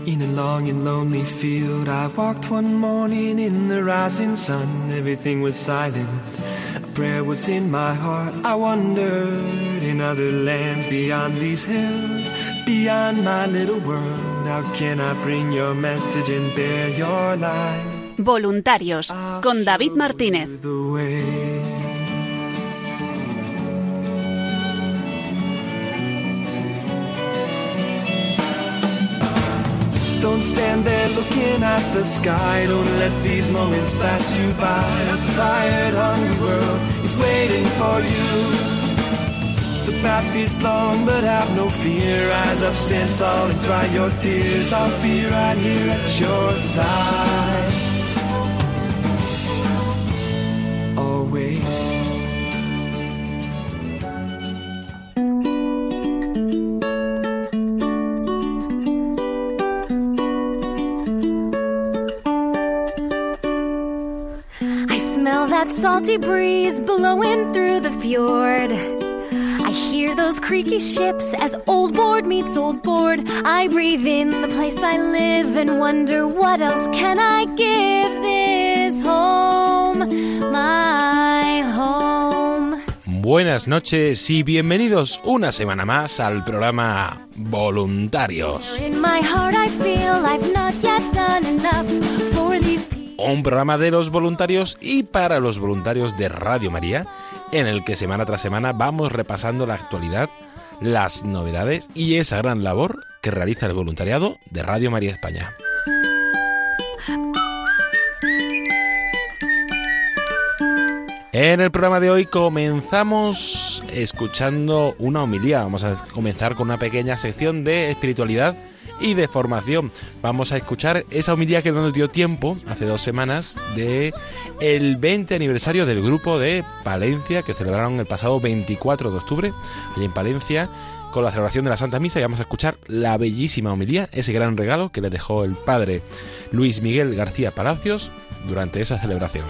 In a long and lonely field, I walked one morning in the rising sun. Everything was silent, a prayer was in my heart. I wondered, in other lands beyond these hills, beyond my little world, how can I bring your message and bear your light? Voluntarios, con David Martínez. Don't stand there looking at the sky. Don't let these moments pass you by. A tired, hungry world is waiting for you. The path is long, but have no fear. Rise up, stand tall, and dry your tears. I'll be right here at your side. Always. That salty breeze blowing through the fjord. I hear those creaky ships as old board meets old board. I breathe in the place I live and wonder what else can I give this home, my home. Buenas noches y bienvenidos una semana más al programa Voluntarios. In my heart I feel I've not yet done enough for these people. Un programa de los voluntarios y para los voluntarios de Radio María, en el que semana tras semana vamos repasando la actualidad, las novedades y esa gran labor que realiza el voluntariado de Radio María España. En el programa de hoy comenzamos escuchando una homilía. Vamos a comenzar con una pequeña sección de espiritualidad y de formación. Vamos a escuchar esa homilía que nos dio tiempo hace 2 semanas de el 20 aniversario del grupo de Palencia, que celebraron el pasado 24 de octubre allí en Palencia con la celebración de la Santa Misa, y vamos a escuchar la bellísima homilía, ese gran regalo que le dejó el padre Luis Miguel García Palacios durante esa celebración.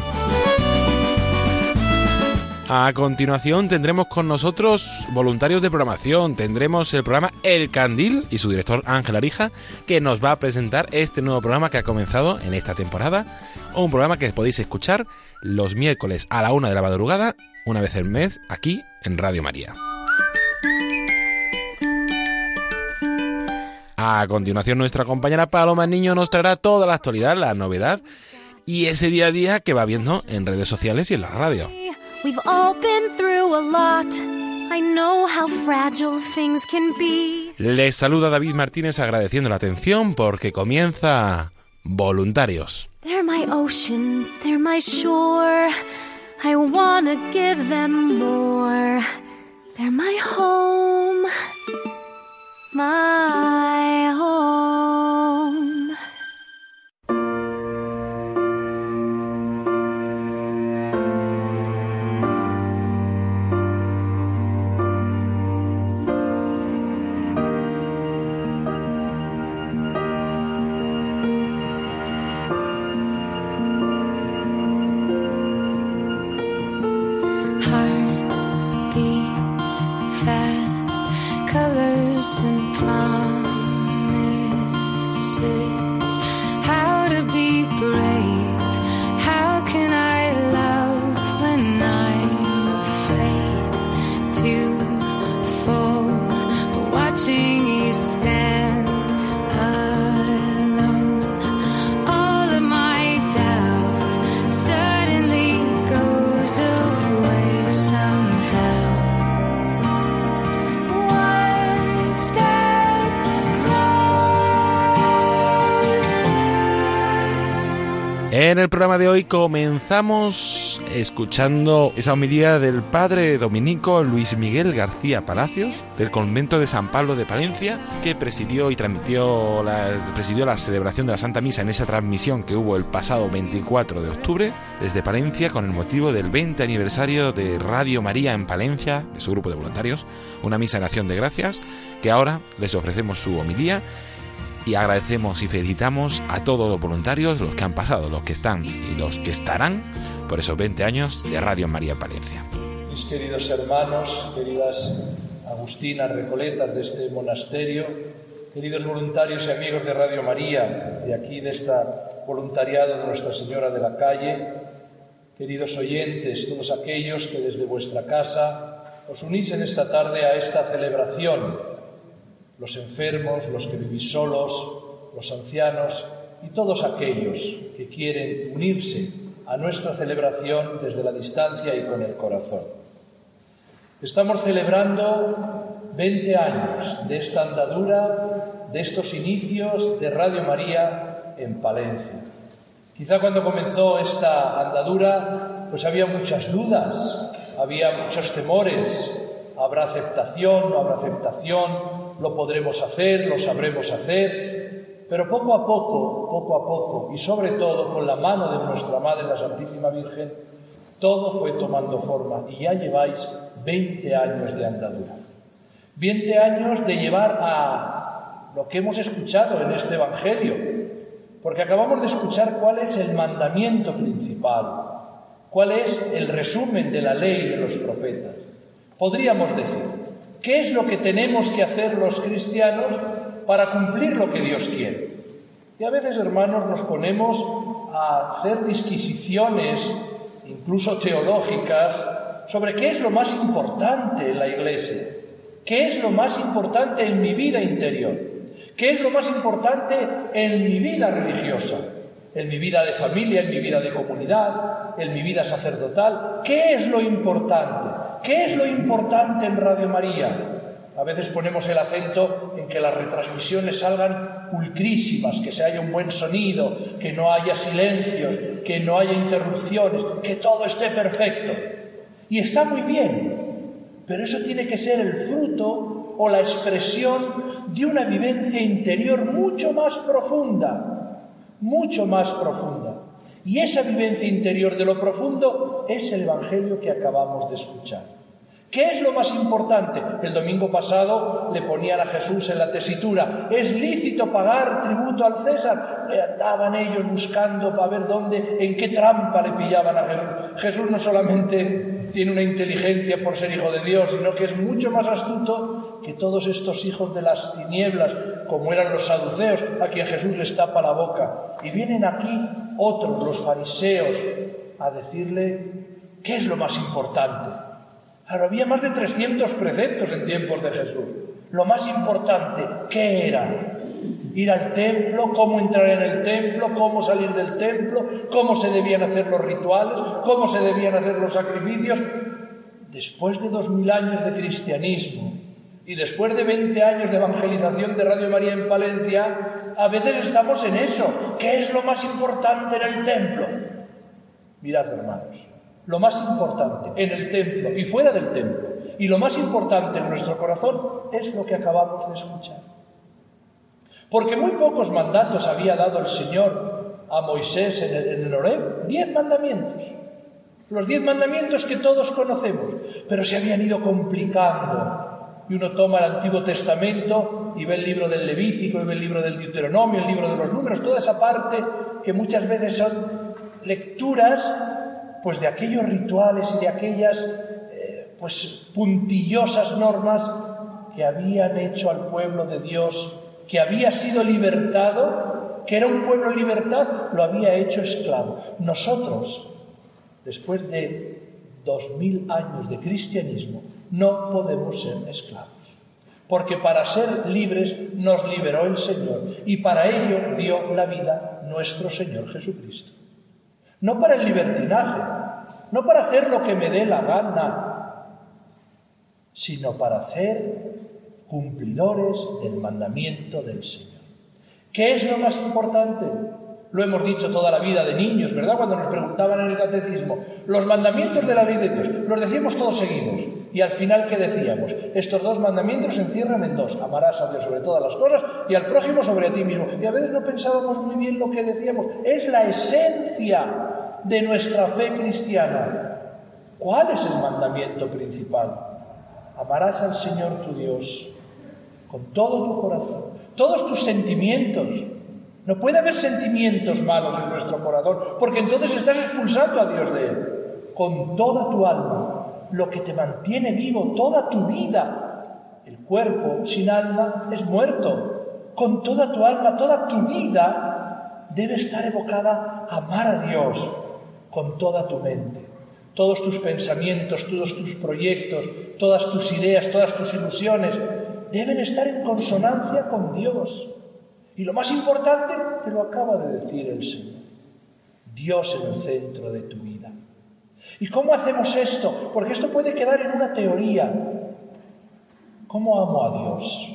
A continuación tendremos con nosotros voluntarios de programación. Tendremos el programa El Candil y su director Ángel Arija, que nos va a presentar este nuevo programa que ha comenzado en esta temporada. Un programa que podéis escuchar los miércoles a la 1 de la madrugada, una vez al mes, aquí en Radio María. A continuación nuestra compañera Paloma Niño nos traerá toda la actualidad, la novedad y ese día a día que va viendo en redes sociales y en la radio. We've all been through a lot. I know how fragile things can be. Les saluda David Martínez agradeciendo la atención porque comienza Voluntarios. They're my ocean, they're my shore. I wanna give them more. They're my home, my home. And promises, how to be brave, how can I love when I'm afraid to fall, but watching you stand alone, all of my doubt suddenly goes away somehow. En el programa de hoy comenzamos escuchando esa homilía del padre dominico Luis Miguel García Palacios del convento de San Pablo de Palencia, que presidió y presidió la celebración de la Santa Misa en esa transmisión que hubo el pasado 24 de octubre desde Palencia con el motivo del 20 aniversario de Radio María en Palencia, de su grupo de voluntarios, una misa en acción de gracias, que ahora les ofrecemos su homilía. Y agradecemos y felicitamos a todos los voluntarios, los que han pasado, los que están y los que estarán por esos 20 años de Radio María en Palencia. Mis queridos hermanos, queridas agustinas recoletas de este monasterio, queridos voluntarios y amigos de Radio María, de aquí, de este voluntariado de Nuestra Señora de la Calle, queridos oyentes, todos aquellos que desde vuestra casa os unís en esta tarde a esta celebración, los enfermos, los que vivís solos, los ancianos y todos aquellos que quieren unirse a nuestra celebración desde la distancia y con el corazón. Estamos celebrando 20 años de esta andadura, de estos inicios de Radio María en Palencia. Quizá cuando comenzó esta andadura, pues había muchas dudas, había muchos temores. ¿Habrá aceptación? ¿No habrá aceptación? ¿Lo podremos hacer? ¿Lo sabremos hacer? Pero poco a poco, y sobre todo con la mano de nuestra Madre, la Santísima Virgen, todo fue tomando forma y ya lleváis 20 años de andadura. 20 años de llevar a lo que hemos escuchado en este Evangelio, porque acabamos de escuchar cuál es el mandamiento principal, cuál es el resumen de la ley de los profetas. Podríamos decir, ¿qué es lo que tenemos que hacer los cristianos para cumplir lo que Dios quiere? Y a veces, hermanos, nos ponemos a hacer disquisiciones, incluso teológicas, sobre qué es lo más importante en la Iglesia, qué es lo más importante en mi vida interior, qué es lo más importante en mi vida religiosa, en mi vida de familia, en mi vida de comunidad, en mi vida sacerdotal. ¿Qué es lo importante? ¿Qué es lo importante en Radio María? A veces ponemos el acento en que las retransmisiones salgan pulcrísimas, que se haya un buen sonido, que no haya silencios, que no haya interrupciones, que todo esté perfecto. Y está muy bien, pero eso tiene que ser el fruto o la expresión de una vivencia interior mucho más profunda, mucho más profunda. Y esa vivencia interior de lo profundo es el Evangelio que acabamos de escuchar. ¿Qué es lo más importante? El domingo pasado le ponían a Jesús en la tesitura: ¿es lícito pagar tributo al César? Le andaban ellos buscando para ver dónde, en qué trampa le pillaban a Jesús. Jesús no solamente tiene una inteligencia por ser hijo de Dios, sino que es mucho más astuto que todos estos hijos de las tinieblas, como eran los saduceos, a quien Jesús les tapa la boca. Y vienen aquí otros, los fariseos, a decirle ¿qué es lo más importante? Ahora, había más de 300 preceptos en tiempos de Jesús. Lo más importante, ¿qué era? Ir al templo, cómo entrar en el templo, cómo salir del templo, cómo se debían hacer los rituales, cómo se debían hacer los sacrificios. Después de 2000 años de cristianismo y después de 20 años de evangelización de Radio María en Palencia, a veces estamos en eso. ¿Qué es lo más importante en el templo? Mirad, hermanos, lo más importante en el templo y fuera del templo, y lo más importante en nuestro corazón, es lo que acabamos de escuchar. Porque muy pocos mandatos había dado el Señor a Moisés en el Horeb. 10 mandamientos. Los 10 mandamientos que todos conocemos, pero se habían ido complicando. Y uno toma el Antiguo Testamento y ve el libro del Levítico, y ve el libro del Deuteronomio, el libro de los Números, toda esa parte que muchas veces son lecturas pues de aquellos rituales y de aquellas puntillosas normas que habían hecho al pueblo de Dios, que había sido libertado, que era un pueblo en libertad, lo había hecho esclavo. Nosotros, después de 2000 años de cristianismo, no podemos ser esclavos, porque para ser libres nos liberó el Señor y para ello dio la vida nuestro Señor Jesucristo. No para el libertinaje, no para hacer lo que me dé la gana, sino para hacer cumplidores del mandamiento del Señor. ¿Qué es lo más importante? Lo hemos dicho toda la vida de niños, ¿verdad? Cuando nos preguntaban en el catecismo, los mandamientos de la ley de Dios, los decíamos todos seguidos. Y al final, ¿qué decíamos? Estos 2 mandamientos se encierran en 2. Amarás a Dios sobre todas las cosas y al prójimo sobre ti mismo. Y a veces no pensábamos muy bien lo que decíamos. Es la esencia de nuestra fe cristiana. ¿Cuál es el mandamiento principal? Amarás al Señor tu Dios con todo tu corazón, todos tus sentimientos. No puede haber sentimientos malos en nuestro corazón, porque entonces estás expulsando a Dios de él. Con toda tu alma, lo que te mantiene vivo toda tu vida. El cuerpo sin alma es muerto. con toda tu alma, toda tu vida debe estar evocada a amar a Dios con toda tu mente. Todos tus pensamientos, todos tus proyectos, todas tus ideas, todas tus ilusiones deben estar en consonancia con Dios. Y lo más importante, te lo acaba de decir el Señor. Dios en el centro de tu vida. ¿Y cómo hacemos esto? Porque esto puede quedar en una teoría. ¿Cómo amo a Dios?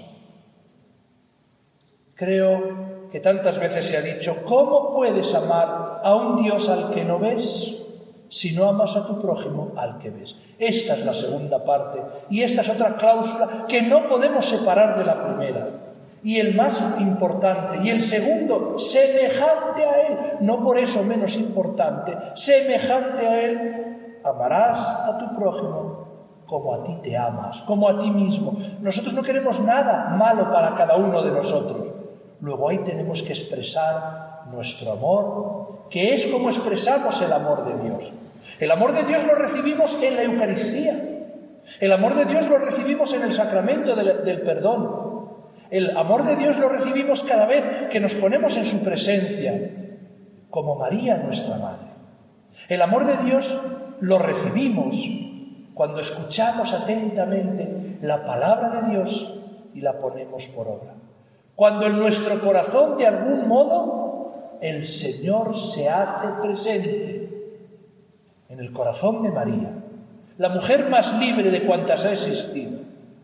Creo que tantas veces se ha dicho, ¿cómo puedes amar a un Dios al que no ves si no amas a tu prójimo al que ves? Esta es la segunda parte y esta es otra cláusula que no podemos separar de la primera. Y el más importante, y el segundo, semejante a Él, no por eso menos importante, semejante a Él, amarás a tu prójimo como a ti te amas, como a ti mismo. Nosotros no queremos nada malo para cada uno de nosotros. Luego ahí tenemos que expresar nuestro amor, que es como expresamos el amor de Dios. El amor de Dios lo recibimos en la Eucaristía. El amor de Dios lo recibimos en el sacramento del perdón. El amor de Dios lo recibimos cada vez que nos ponemos en su presencia, como María, nuestra Madre. El amor de Dios lo recibimos cuando escuchamos atentamente la palabra de Dios y la ponemos por obra. Cuando en nuestro corazón, de algún modo, el Señor se hace presente. En el corazón de María, la mujer más libre de cuantas ha existido.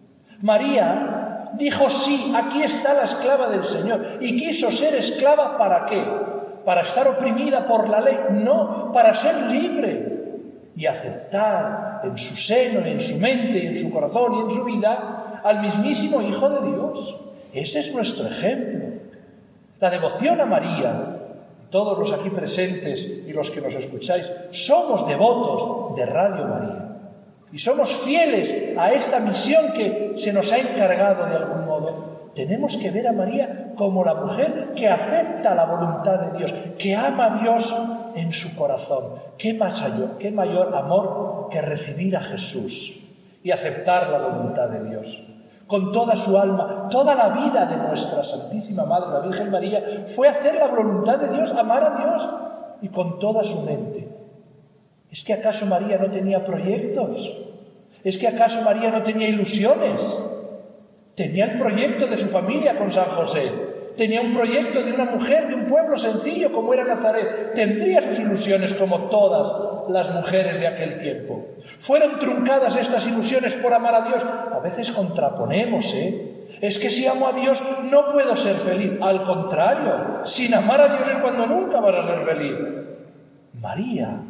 María dijo, sí, aquí está la esclava del Señor. ¿Y quiso ser esclava para qué? ¿Para estar oprimida por la ley? No, para ser libre y aceptar en su seno, en su mente, y en su corazón y en su vida al mismísimo Hijo de Dios. Ese es nuestro ejemplo. La devoción a María, todos los aquí presentes y los que nos escucháis, somos devotos de Radio María. Y somos fieles a esta misión que se nos ha encargado de algún modo. Tenemos que ver a María como la mujer que acepta la voluntad de Dios, que ama a Dios en su corazón. ¿Qué mayor amor que recibir a Jesús y aceptar la voluntad de Dios? Con toda su alma, toda la vida de nuestra Santísima Madre, la Virgen María, fue hacer la voluntad de Dios, amar a Dios, y con toda su mente. ¿Es que acaso María no tenía proyectos? ¿Es que acaso María no tenía ilusiones? Tenía el proyecto de su familia con San José. Tenía un proyecto de una mujer de un pueblo sencillo como era Nazaret. Tendría sus ilusiones como todas las mujeres de aquel tiempo. Fueron truncadas estas ilusiones por amar a Dios. A veces contraponemos, Es que si amo a Dios no puedo ser feliz. Al contrario, sin amar a Dios es cuando nunca vas a ser feliz. María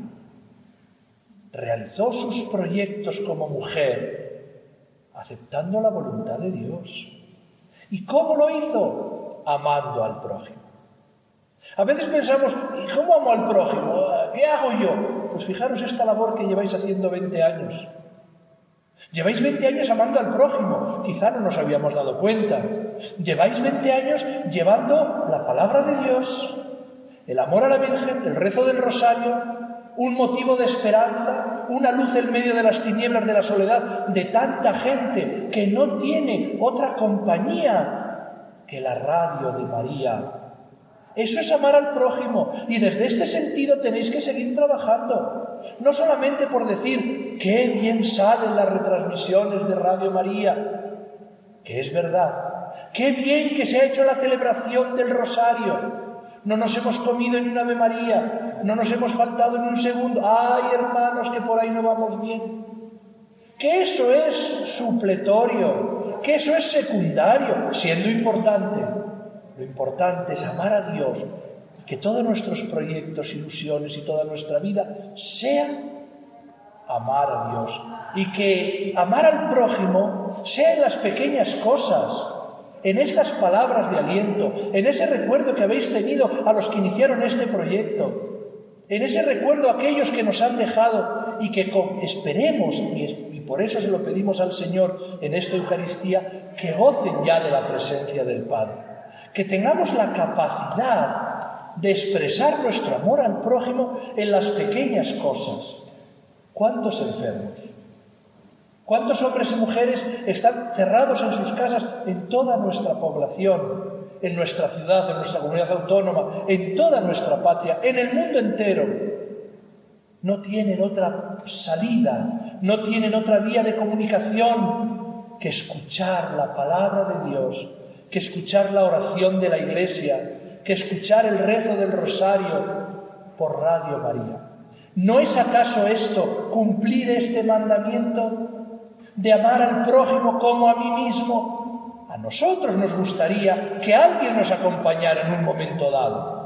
realizó sus proyectos como mujer, aceptando la voluntad de Dios. ¿Y cómo lo hizo? Amando al prójimo. A veces pensamos, ¿y cómo amo al prójimo? ¿Qué hago yo? Pues fijaros esta labor que lleváis haciendo 20 años. Lleváis 20 años amando al prójimo, quizá no nos habíamos dado cuenta. Lleváis 20 años llevando la palabra de Dios, el amor a la Virgen, el rezo del rosario, un motivo de esperanza, una luz en medio de las tinieblas de la soledad de tanta gente que no tiene otra compañía que la radio de María. Eso es amar al prójimo, y desde este sentido tenéis que seguir trabajando. No solamente por decir qué bien salen las retransmisiones de Radio María, que es verdad, qué bien que se ha hecho la celebración del Rosario. No nos hemos comido ni una Ave María, no nos hemos faltado ni un segundo. ¡Ay, hermanos, que por ahí no vamos bien! Que eso es supletorio, que eso es secundario, siendo importante. Lo importante es amar a Dios y que todos nuestros proyectos, ilusiones y toda nuestra vida sean amar a Dios. Y que amar al prójimo sea en las pequeñas cosas, en estas palabras de aliento, en ese recuerdo que habéis tenido a los que iniciaron este proyecto, en ese recuerdo a aquellos que nos han dejado y que esperemos, y por eso se lo pedimos al Señor en esta Eucaristía, que gocen ya de la presencia del Padre. Que tengamos la capacidad de expresar nuestro amor al prójimo en las pequeñas cosas. ¿Cuántos enfermos? ¿Cuántos hombres y mujeres están cerrados en sus casas en toda nuestra población, en nuestra ciudad, en nuestra comunidad autónoma, en toda nuestra patria, en el mundo entero? No tienen otra salida, no tienen otra vía de comunicación que escuchar la palabra de Dios, que escuchar la oración de la Iglesia, que escuchar el rezo del rosario por Radio María. ¿No es acaso esto cumplir este mandamiento de amar al prójimo como a mí mismo? A nosotros nos gustaría que alguien nos acompañara en un momento dado.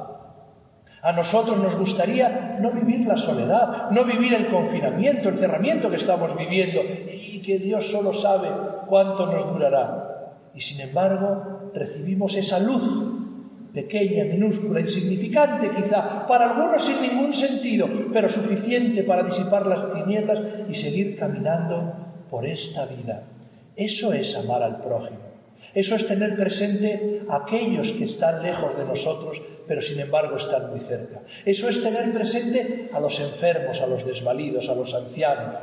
A nosotros nos gustaría no vivir la soledad, no vivir el confinamiento, el cerramiento que estamos viviendo y que Dios solo sabe cuánto nos durará. Y sin embargo, recibimos esa luz, pequeña, minúscula, insignificante quizá, para algunos sin ningún sentido, pero suficiente para disipar las tinieblas y seguir caminando por esta vida. Eso es amar al prójimo. Eso es tener presente a aquellos que están lejos de nosotros, pero sin embargo están muy cerca. Eso es tener presente a los enfermos, a los desvalidos, a los ancianos.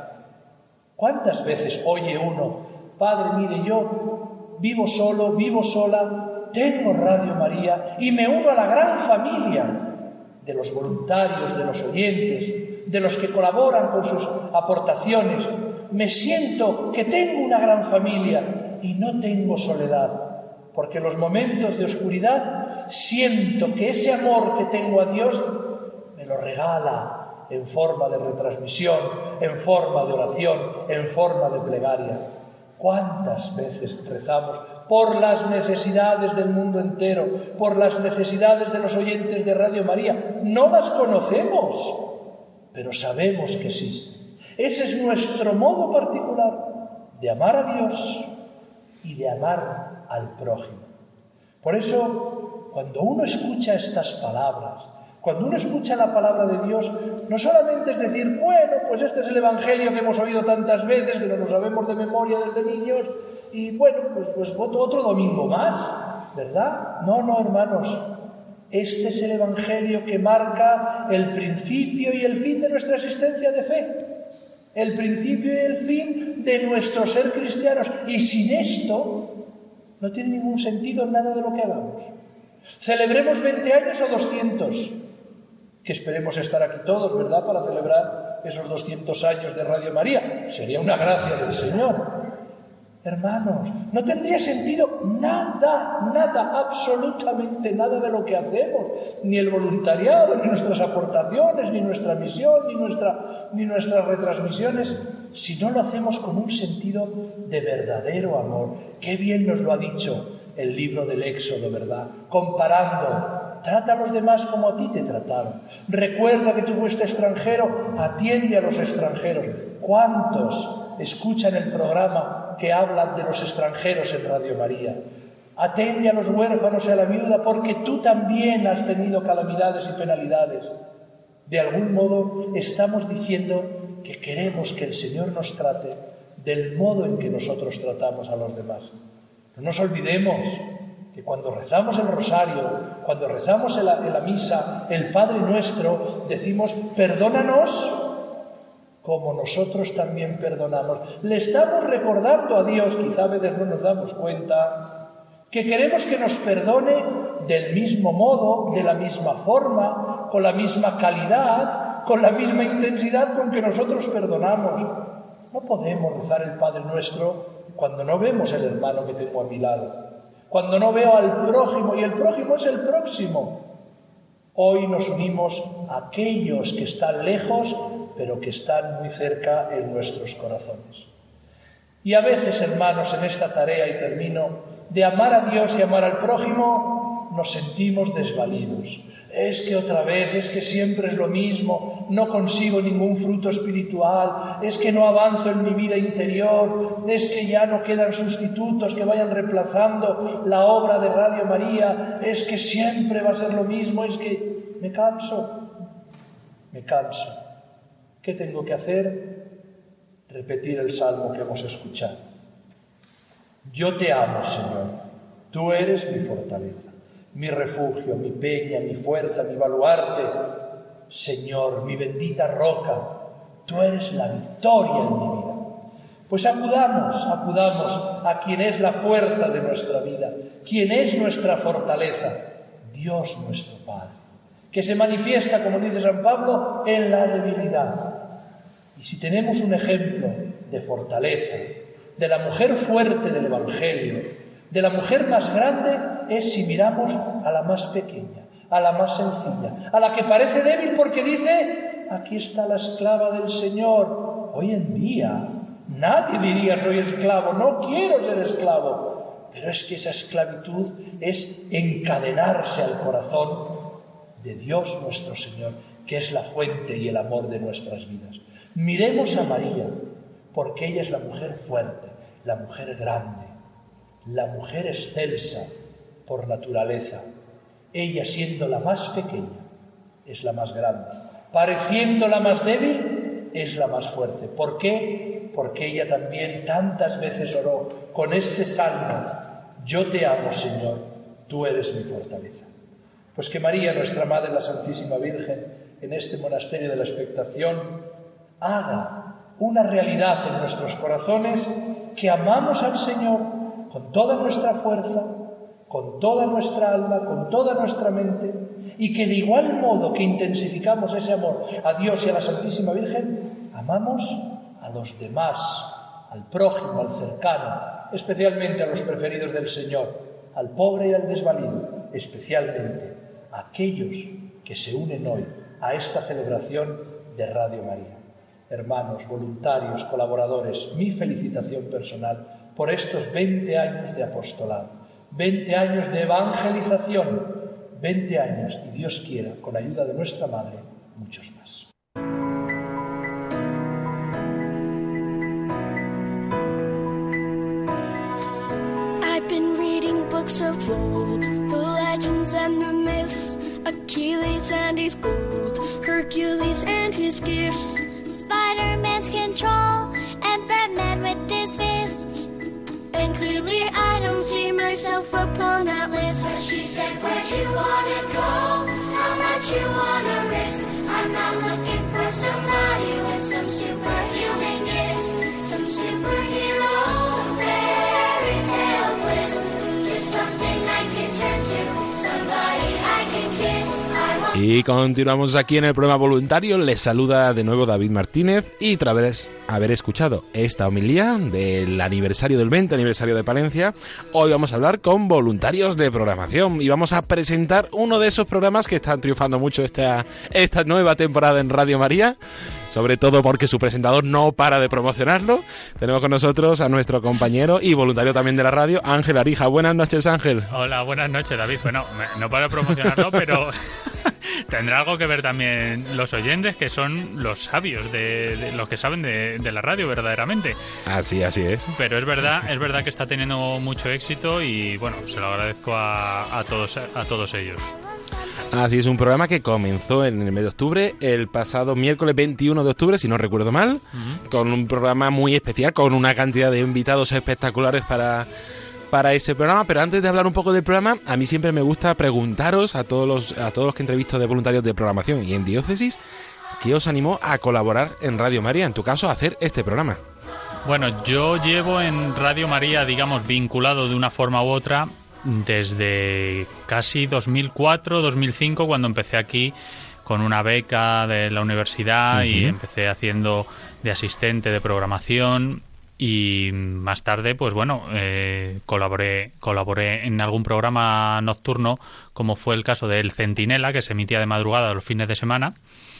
¿Cuántas veces oye uno: Padre, mire, yo vivo solo, vivo sola, tengo Radio María y me uno a la gran familia de los voluntarios, de los oyentes, de los que colaboran con sus aportaciones? Me siento que tengo una gran familia y no tengo soledad, porque en los momentos de oscuridad siento que ese amor que tengo a Dios me lo regala en forma de retransmisión, en forma de oración, en forma de plegaria. ¿Cuántas veces rezamos por las necesidades del mundo entero, por las necesidades de los oyentes de Radio María? No las conocemos, pero sabemos que existen. Ese es nuestro modo particular de amar a Dios y de amar al prójimo. Por eso, cuando uno escucha estas palabras, cuando uno escucha la palabra de Dios, no solamente es decir, bueno, pues este es el Evangelio que hemos oído tantas veces, que nos lo sabemos de memoria desde niños, y bueno, pues otro domingo más, ¿verdad? No, hermanos, este es el Evangelio que marca el principio y el fin de nuestra existencia de fe, el principio y el fin de nuestro ser cristianos, y sin esto no tiene ningún sentido nada de lo que hagamos. Celebremos 20 años o 200, que esperemos estar aquí todos, ¿verdad?, para celebrar esos 200 años de Radio María. Sería una gracia del Señor. Hermanos, no tendría sentido nada, absolutamente nada de lo que hacemos, ni el voluntariado, ni nuestras aportaciones, ni nuestra misión, ni nuestras retransmisiones, si no lo hacemos con un sentido de verdadero amor. Qué bien nos lo ha dicho el libro del Éxodo, ¿verdad? Comparando, trata a los demás como a ti te trataron. Recuerda que tú fuiste extranjero, atiende a los extranjeros. ¿Cuántos escuchan el programa que hablan de los extranjeros en Radio María? Atende a los huérfanos y a la viuda, porque tú también has tenido calamidades y penalidades. De algún modo estamos diciendo que queremos que el Señor nos trate del modo en que nosotros tratamos a los demás. No nos olvidemos que cuando rezamos el rosario, cuando rezamos en la misa, el Padre Nuestro, decimos: perdónanos como nosotros también perdonamos. Le estamos recordando a Dios, quizá a veces no nos damos cuenta, que queremos que nos perdone del mismo modo, de la misma forma, con la misma calidad, con la misma intensidad con que nosotros perdonamos. No podemos rezar el Padre Nuestro cuando no vemos el hermano que tengo a mi lado, cuando no veo al prójimo, y el prójimo es el próximo. Hoy nos unimos a aquellos que están lejos, pero que están muy cerca en nuestros corazones. Y a veces, hermanos, en esta tarea, y termino, de amar a Dios y amar al prójimo, nos sentimos desvalidos. Es que otra vez, es que siempre es lo mismo, no consigo ningún fruto espiritual, es que no avanzo en mi vida interior, es que ya no quedan sustitutos que vayan reemplazando la obra de Radio María, es que siempre va a ser lo mismo, es que me canso. ¿Qué tengo que hacer? Repetir el salmo que hemos escuchado. Yo te amo, Señor, tú eres mi fortaleza, mi refugio, mi peña, mi fuerza, mi baluarte. Señor, mi bendita roca, tú eres la victoria en mi vida. Pues acudamos a quien es la fuerza de nuestra vida, quien es nuestra fortaleza, Dios nuestro Padre, que se manifiesta, como dice San Pablo, en la debilidad. Y si tenemos un ejemplo de fortaleza, de la mujer fuerte del Evangelio, de la mujer más grande, es si miramos a la más pequeña, a la más sencilla, a la que parece débil porque dice: aquí está la esclava del Señor. Hoy en día nadie diría: soy esclavo, no quiero ser esclavo. Pero es que esa esclavitud es encadenarse al corazón de Dios nuestro Señor, que es la fuente y el amor de nuestras vidas. Miremos a María, porque ella es la mujer fuerte, la mujer grande, la mujer excelsa por naturaleza. Ella, siendo la más pequeña, es la más grande. Pareciendo la más débil, es la más fuerte. ¿Por qué? Porque ella también tantas veces oró con este salmo: yo te amo, Señor, tú eres mi fortaleza. Pues que María, nuestra Madre, la Santísima Virgen, en este monasterio de la expectación, haga una realidad en nuestros corazones que amamos al Señor con toda nuestra fuerza, con toda nuestra alma, con toda nuestra mente, y que de igual modo que intensificamos ese amor a Dios y a la Santísima Virgen, amamos a los demás, al prójimo, al cercano, especialmente a los preferidos del Señor, al pobre y al desvalido, especialmente a aquellos que se unen hoy a esta celebración de Radio María. Hermanos, voluntarios, colaboradores, mi felicitación personal por estos 20 años de apostolado, 20 años de evangelización, 20 años, y Dios quiera, con ayuda de nuestra Madre, muchos más. I've been reading books of old, the legends and the myths, Achilles and his gold, Hercules and his gifts, Spider-Man's control, and Batman with his fists. And clearly I don't see myself upon that list. But she said, where'd you wanna go? How much you wanna risk? I'm not looking for somebody with some superhuman gifts, some superhero, some fairy tale bliss. Just something I can turn to, somebody I can kiss. Y continuamos aquí en el programa Voluntario. Les saluda de nuevo David Martínez, y tras haber escuchado esta homilía del aniversario del 20 aniversario de Palencia, hoy vamos a hablar con voluntarios de programación y vamos a presentar uno de esos programas que están triunfando mucho esta nueva temporada en Radio María, sobre todo porque su presentador no para de promocionarlo. Tenemos con nosotros a nuestro compañero y voluntario también de la radio, Ángel Arija. Buenas noches, Ángel. Hola, buenas noches, David. Bueno, no para de promocionarlo, pero tendrá algo que ver también los oyentes, que son los sabios, de los que saben de la radio verdaderamente. Así es. Pero es verdad que está teniendo mucho éxito y bueno, se lo agradezco a todos ellos. Así es, un programa que comenzó en el mes de octubre, el pasado miércoles 21 de octubre, si no recuerdo mal, con un programa muy especial, con una cantidad de invitados espectaculares para ese programa. Pero antes de hablar un poco del programa, a mí siempre me gusta preguntaros a todos los que entrevisto de voluntarios de programación y en diócesis, ¿qué os animó a colaborar en Radio María, en tu caso, a hacer este programa? Bueno, yo llevo en Radio María, digamos, vinculado de una forma u otra desde casi 2004-2005, cuando empecé aquí con una beca de la universidad y empecé haciendo de asistente de programación. Y más tarde, pues bueno, colaboré en algún programa nocturno, como fue el caso de El Centinela, que se emitía de madrugada los fines de semana.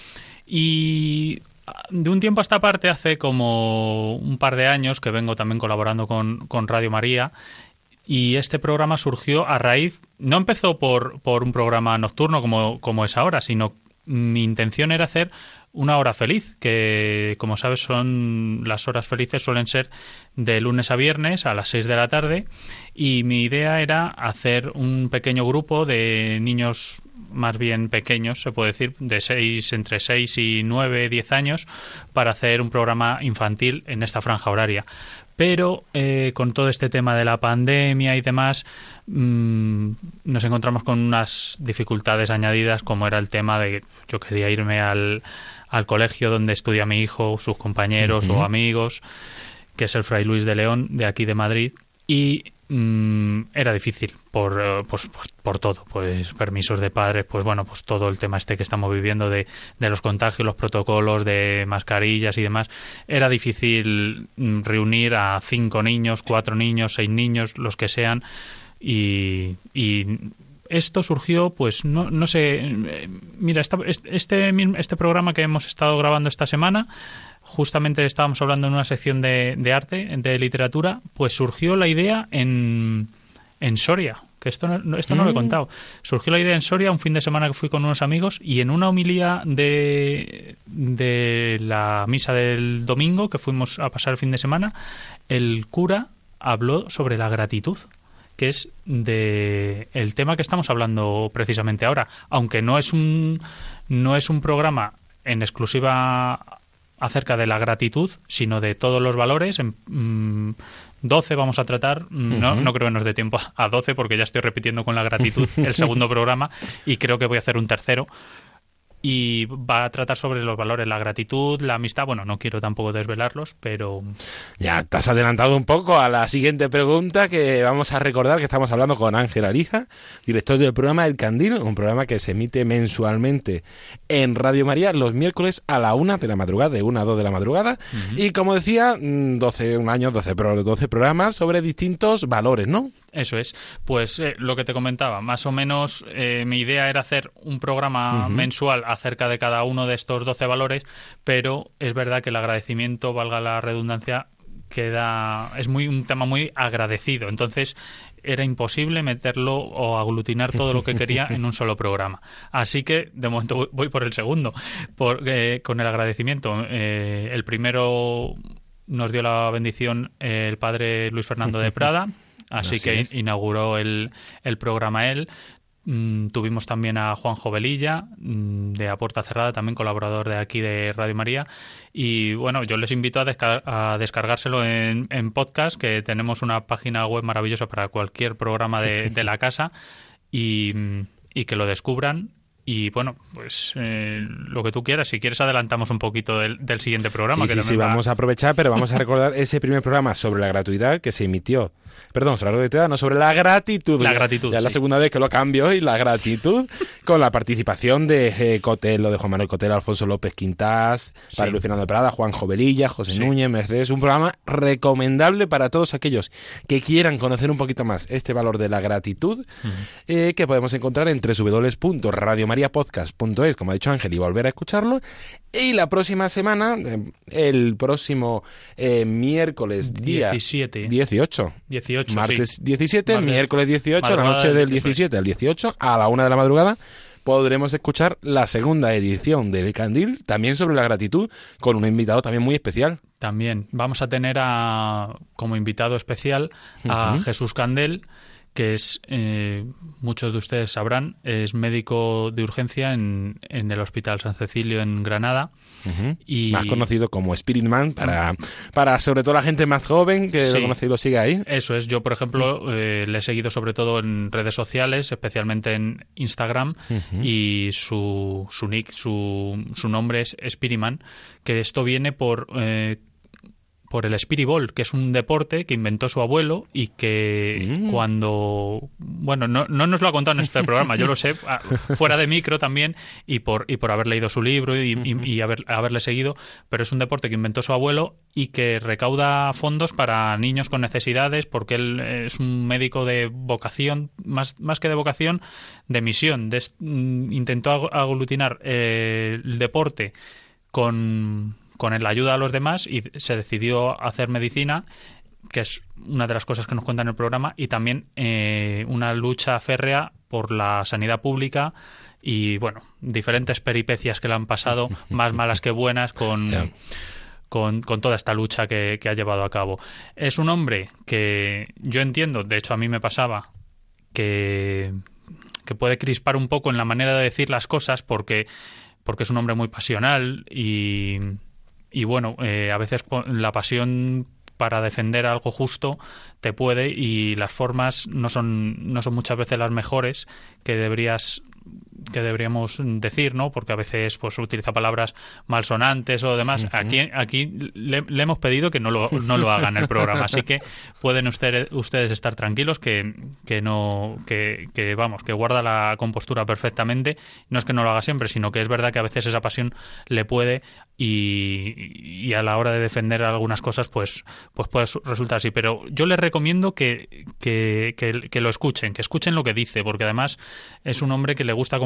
Y de un tiempo a esta parte, hace como un par de años, que vengo también colaborando con Radio María. Y este programa surgió a raíz, no empezó por un programa nocturno como es ahora, sino mi intención era hacer una hora feliz, que como sabes las horas felices suelen ser de lunes a viernes a las 6 de la tarde, y mi idea era hacer un pequeño grupo de niños más bien pequeños, se puede decir, entre 6 y 9, 10 años, para hacer un programa infantil en esta franja horaria. Pero con todo este tema de la pandemia y demás, nos encontramos con unas dificultades añadidas, como era el tema de que yo quería irme al colegio donde estudia mi hijo, sus compañeros o amigos, que es el Fray Luis de León, de aquí de Madrid, y era difícil por todo, pues permisos de padres, pues bueno, pues todo el tema que estamos viviendo de los contagios, los protocolos de mascarillas y demás. Era difícil reunir a 5 niños, 4 niños, 6 niños, los que sean, y esto surgió, pues no sé, mira, este programa que hemos estado grabando esta semana, justamente estábamos hablando en una sección de arte, de literatura, pues surgió la idea en Soria, que esto no lo he contado. Surgió la idea en Soria un fin de semana que fui con unos amigos, y en una homilía de la misa del domingo, que fuimos a pasar el fin de semana, el cura habló sobre la gratitud, que es el tema que estamos hablando precisamente ahora, aunque no es un programa en exclusiva acerca de la gratitud, sino de todos los valores. 12 vamos a tratar, no creo que nos dé tiempo a 12, porque ya estoy repitiendo con la gratitud el segundo programa, y creo que voy a hacer un tercero, y va a tratar sobre los valores, la gratitud, la amistad. Bueno, no quiero tampoco desvelarlos, pero... Ya te has adelantado un poco a la siguiente pregunta, que vamos a recordar que estamos hablando con Ángel Arija, director del programa El Candil, un programa que se emite mensualmente en Radio María los miércoles a la 1 de la madrugada, de 1 a 2 de la madrugada, y como decía, 12 programas sobre distintos valores, ¿no? Eso es. Pues lo que te comentaba, más o menos mi idea era hacer un programa mensual acerca de cada uno de estos 12 valores, pero es verdad que el agradecimiento, valga la redundancia, es un tema muy agradecido. Entonces era imposible meterlo o aglutinar todo lo que quería en un solo programa. Así que de momento voy por el segundo, con el agradecimiento. El primero nos dio la bendición el padre Luis Fernando de Prada. Así que inauguró el programa él. Tuvimos también a Juanjo Velilla, de A Puerta Cerrada, también colaborador de aquí de Radio María. Y bueno, yo les invito a descargárselo en podcast, que tenemos una página web maravillosa para cualquier programa de la casa, y que lo descubran. Y bueno, pues lo que tú quieras. Si quieres, adelantamos un poquito del siguiente programa. Sí, vamos a aprovechar, pero vamos a recordar ese primer programa sobre la gratuidad que se emitió. Perdón, sobre la gratuidad, no, sobre la gratitud. La gratitud, ya es la segunda vez que lo cambio, y la gratitud, con la participación de Cotelo, de Juan Manuel Cotelo, Alfonso López Quintás, Padre Luis Fernando de Prada, Juanjo Velilla, José Núñez, Mercedes. Un programa recomendable para todos aquellos que quieran conocer un poquito más este valor de la gratitud, que podemos encontrar en www.radiomariapodcast.es, como ha dicho Ángel, y volver a escucharlo. Y la próxima semana, el próximo miércoles día 18, martes 17, miércoles 18, la noche del 17 al 18, a la 1 de la madrugada, podremos escuchar la segunda edición del Candil, también sobre la gratitud, con un invitado también muy especial. También vamos a tener como invitado especial a Jesús Candel, que es, muchos de ustedes sabrán, es médico de urgencia en el Hospital San Cecilio en Granada. Y más conocido como Spirit Man para sobre todo la gente más joven que lo conoce y lo sigue ahí. Eso es. Yo, por ejemplo, le he seguido sobre todo en redes sociales, especialmente en Instagram, y su nick, su nombre es Spirit Man, que esto viene por el Spirit Ball, que es un deporte que inventó su abuelo, y que cuando... Bueno, no nos lo ha contado en este programa, yo lo sé, fuera de micro también, y por haber leído su libro y haberle seguido, pero es un deporte que inventó su abuelo y que recauda fondos para niños con necesidades, porque él es un médico de vocación, más que de vocación, de misión. Intentó aglutinar el deporte con la ayuda a los demás, y se decidió hacer medicina, que es una de las cosas que nos cuenta en el programa, y también una lucha férrea por la sanidad pública, y bueno, diferentes peripecias que le han pasado, más malas que buenas, con toda esta lucha que ha llevado a cabo. Es un hombre que yo entiendo, de hecho a mí me pasaba, que puede crispar un poco en la manera de decir las cosas, porque es un hombre muy pasional, y bueno, a veces la pasión para defender algo justo te puede, y las formas no son muchas veces las mejores que deberías decir, ¿no? Porque a veces pues utiliza palabras malsonantes o demás. Aquí le hemos pedido que no lo hagan en el programa, así que pueden ustedes estar tranquilos que guarda la compostura perfectamente. No es que no lo haga siempre, sino que es verdad que a veces esa pasión le puede y a la hora de defender algunas cosas pues puede resultar así. Pero yo les recomiendo que lo escuchen, que escuchen lo que dice, porque además es un hombre que le gusta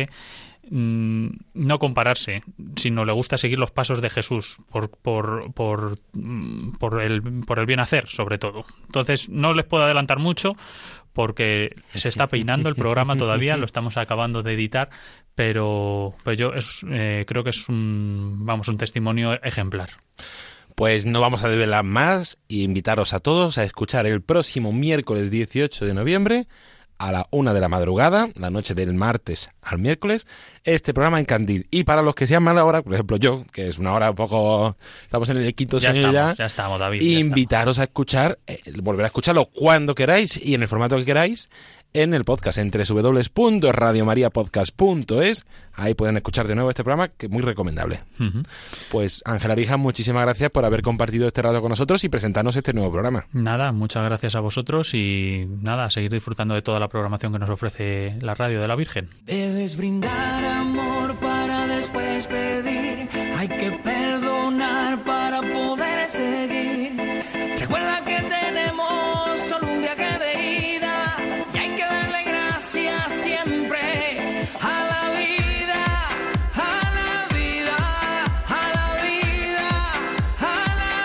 no compararse, sino le gusta seguir los pasos de Jesús por el bien hacer, sobre todo. Entonces no les puedo adelantar mucho porque se está peinando el programa todavía, lo estamos acabando de editar, pero yo creo que es un testimonio ejemplar. Pues no vamos a develar más e invitaros a todos a escuchar el próximo miércoles 18 de noviembre a la 1 de la madrugada, la noche del martes al miércoles, este programa en Candil. Y para los que sean mala hora, por ejemplo yo, que es una hora un poco... Estamos en el quinto sueño ya estamos, David. Invitaros a escuchar, volver a escucharlo cuando queráis y en el formato que queráis, en el podcast, en www.radiomariapodcast.es. Ahí pueden escuchar de nuevo este programa, que es muy recomendable. Pues Ángel Arija, muchísimas gracias por haber compartido este rato con nosotros y presentarnos este nuevo programa. Nada, muchas gracias a vosotros y nada, a seguir disfrutando de toda la programación que nos ofrece la Radio de la Virgen. Debes brindar amor para después pedir. Hay que perdonar para poder seguir. Recuerda que tenemos solo un viaje de ida y hay que darle gracias siempre a la vida, a la vida, a la vida, a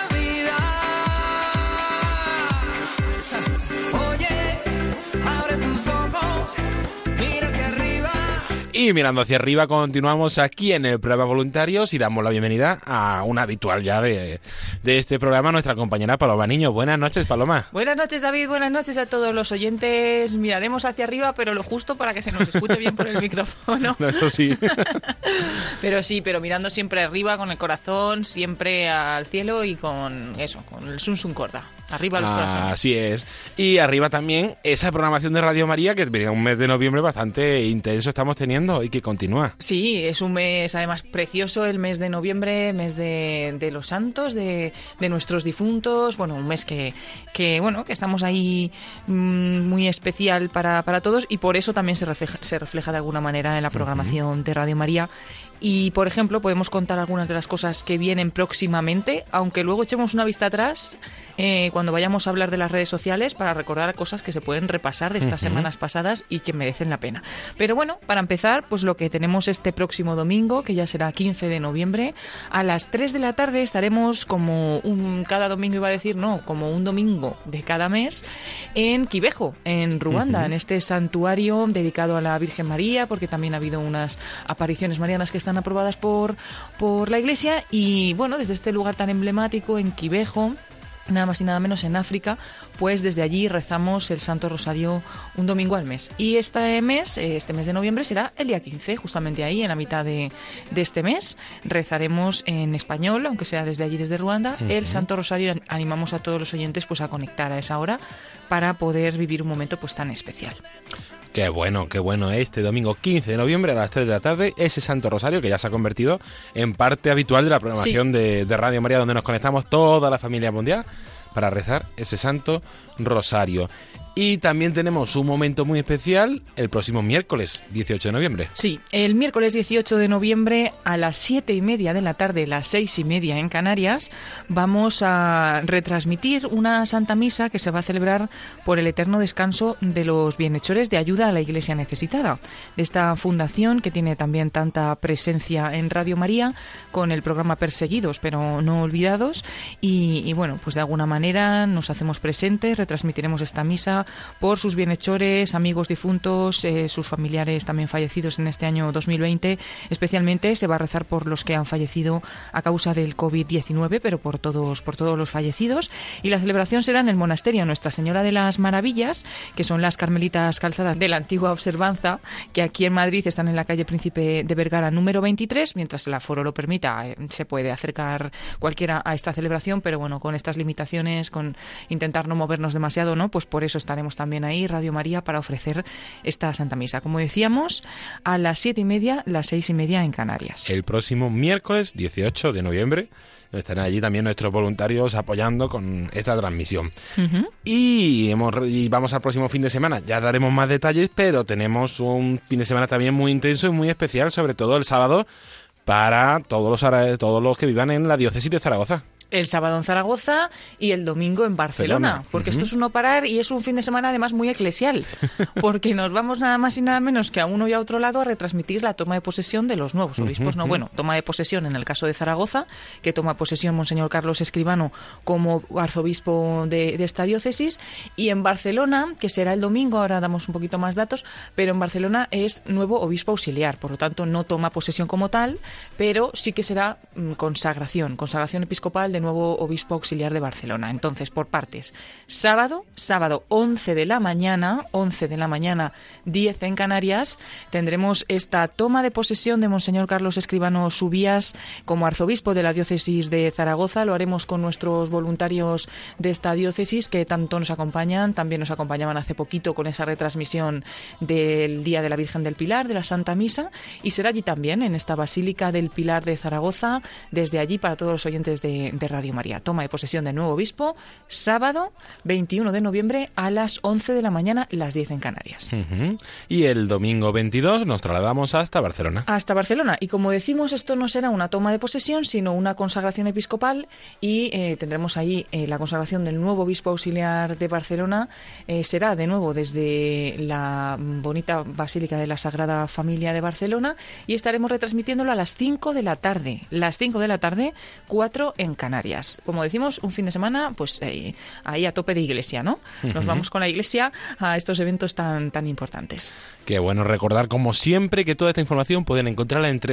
la vida. Oye, abre tus ojos, mira hacia arriba. Y mirando hacia arriba continuamos aquí en el programa Voluntarios y damos la bienvenida a una habitual ya de este programa, nuestra compañera Paloma Niño. Buenas noches, Paloma. Buenas noches, David. Buenas noches a todos los oyentes. Miraremos hacia arriba, pero lo justo para que se nos escuche bien por el micrófono. No, eso sí. pero mirando siempre arriba, con el corazón, siempre al cielo y con el Sun Sun Corda. Arriba los corazones. Así es. Y arriba también esa programación de Radio María, que es un mes de noviembre bastante intenso estamos teniendo y que continúa. Sí, es un mes además precioso, el mes de noviembre, mes de los santos, de nuestros difuntos. Bueno, un mes que estamos ahí muy especial para todos y por eso también se refleja de alguna manera en la programación de Radio María. Y, por ejemplo, podemos contar algunas de las cosas que vienen próximamente, aunque luego echemos una vista atrás cuando vayamos a hablar de las redes sociales para recordar cosas que se pueden repasar de estas semanas pasadas y que merecen la pena. Pero bueno, para empezar, pues lo que tenemos este próximo domingo, que ya será 15 de noviembre, a las 3 de la tarde estaremos como cada domingo, como un domingo de cada mes, en Quivejo, en Ruanda, en este santuario dedicado a la Virgen María, porque también ha habido unas apariciones marianas que están aprobadas por la Iglesia y bueno, desde este lugar tan emblemático en Quivejo, nada más y nada menos en África, pues desde allí rezamos el Santo Rosario un domingo al mes. Y este mes de noviembre será el día 15, justamente ahí, en la mitad de este mes. Rezaremos en español, aunque sea desde allí, desde Ruanda, el Santo Rosario. Animamos a todos los oyentes pues a conectar a esa hora para poder vivir un momento pues tan especial. Qué bueno, este domingo 15 de noviembre a las 3 de la tarde, ese Santo Rosario que ya se ha convertido en parte habitual de la programación de Radio María, donde nos conectamos toda la familia mundial para rezar ese Santo Rosario. Y también tenemos un momento muy especial el próximo miércoles 18 de noviembre. Sí, el miércoles 18 de noviembre a las 7:30 de la tarde, las 6:30 en Canarias, vamos a retransmitir una Santa Misa que se va a celebrar por el eterno descanso de los bienhechores de ayuda a la Iglesia necesitada. De esta fundación que tiene también tanta presencia en Radio María con el programa Perseguidos pero no olvidados y bueno, pues de alguna manera nos hacemos presentes, retransmitiremos esta misa por sus bienhechores, amigos difuntos, sus familiares también fallecidos en este año 2020. Especialmente se va a rezar por los que han fallecido a causa del COVID-19, pero por todos los fallecidos. Y la celebración será en el monasterio Nuestra Señora de las Maravillas, que son las Carmelitas Calzadas de la antigua Observanza, que aquí en Madrid están en la calle Príncipe de Vergara número 23. Mientras el aforo lo permita, se puede acercar cualquiera a esta celebración, pero bueno, con estas limitaciones oraciones, con intentar no movernos demasiado, ¿no? Pues por eso estaremos también ahí, Radio María, para ofrecer esta Santa Misa. Como decíamos, a las 7:30, las 6:30 en Canarias. El próximo miércoles 18 de noviembre estarán allí también nuestros voluntarios apoyando con esta transmisión. Uh-huh. Y vamos al próximo fin de semana. Ya daremos más detalles, pero tenemos un fin de semana también muy intenso y muy especial, sobre todo el sábado, para todos los que vivan en la diócesis de Zaragoza. El sábado en Zaragoza y el domingo en Barcelona, porque esto es un no parar y es un fin de semana además muy eclesial, porque nos vamos nada más y nada menos que a uno y a otro lado a retransmitir la toma de posesión de los nuevos obispos. Toma de posesión en el caso de Zaragoza, que toma posesión Monseñor Carlos Escribano como arzobispo de esta diócesis, y en Barcelona, que será el domingo, ahora damos un poquito más datos, pero en Barcelona es nuevo obispo auxiliar, por lo tanto no toma posesión como tal, pero sí que será consagración episcopal de nuevo obispo auxiliar de Barcelona. Entonces, por partes. Sábado 11 de la mañana, 10 en Canarias, tendremos esta toma de posesión de Monseñor Carlos Escribano Subías como arzobispo de la diócesis de Zaragoza. Lo haremos con nuestros voluntarios de esta diócesis que tanto nos acompañan, también nos acompañaban hace poquito con esa retransmisión del Día de la Virgen del Pilar, de la Santa Misa, y será allí también, en esta Basílica del Pilar de Zaragoza, desde allí para todos los oyentes de Radio María. Toma de posesión del nuevo obispo, sábado 21 de noviembre a las 11 de la mañana, las 10 en Canarias. Uh-huh. Y el domingo 22 nos trasladamos hasta Barcelona. Hasta Barcelona. Y como decimos, esto no será una toma de posesión, sino una consagración episcopal, y tendremos ahí la consagración del nuevo obispo auxiliar de Barcelona. Será de nuevo desde la bonita Basílica de la Sagrada Familia de Barcelona, y estaremos retransmitiéndolo a las 5 de la tarde. Las 5 de la tarde, 4 en Canarias. Como decimos, un fin de semana, pues ahí a tope de iglesia, ¿no? Nos vamos con la iglesia a estos eventos tan importantes. Qué bueno recordar, como siempre, que toda esta información pueden encontrarla en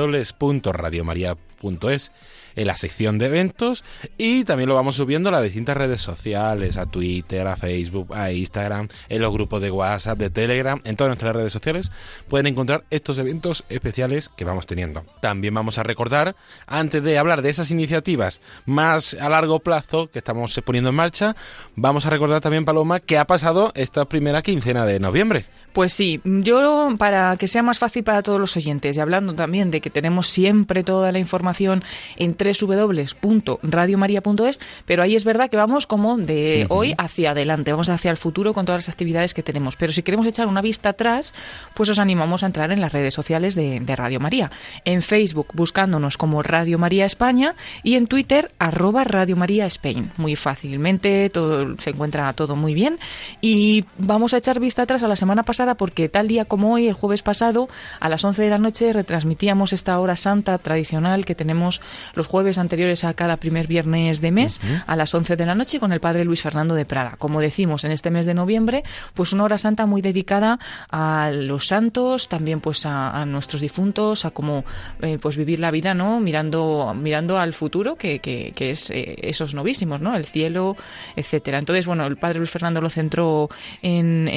www.radiomaria.es, en la sección de eventos, y también lo vamos subiendo a las distintas redes sociales, a Twitter, a Facebook, a Instagram, en los grupos de WhatsApp, de Telegram, en todas nuestras redes sociales pueden encontrar estos eventos especiales que vamos teniendo. También vamos a recordar, antes de hablar de esas iniciativas más a largo plazo que estamos poniendo en marcha, vamos a recordar también, Paloma, qué ha pasado esta primera quincena de noviembre. Pues sí, yo, para que sea más fácil para todos los oyentes, y hablando también de que tenemos siempre toda la información en www.radiomaria.es, pero ahí es verdad que vamos como de hoy hacia adelante, vamos hacia el futuro con todas las actividades que tenemos. Pero si queremos echar una vista atrás, pues os animamos a entrar en las redes sociales de Radio María. En Facebook, buscándonos como Radio María España, y en Twitter, @Radio María Spain. Muy fácilmente, todo se encuentra todo muy bien. Y vamos a echar vista atrás a la semana pasada, porque tal día como hoy, el jueves pasado, a las 11 de la noche, retransmitíamos esta hora santa tradicional que tenemos los jueves anteriores a cada primer viernes de mes, a las 11 de la noche, con el padre Luis Fernando de Prada. Como decimos, en este mes de noviembre, pues una hora santa muy dedicada a los santos, también pues a nuestros difuntos, a cómo pues vivir la vida, ¿no? Mirando al futuro, que es esos novísimos, ¿no? El cielo, etcétera. Entonces, bueno, el padre Luis Fernando lo centró en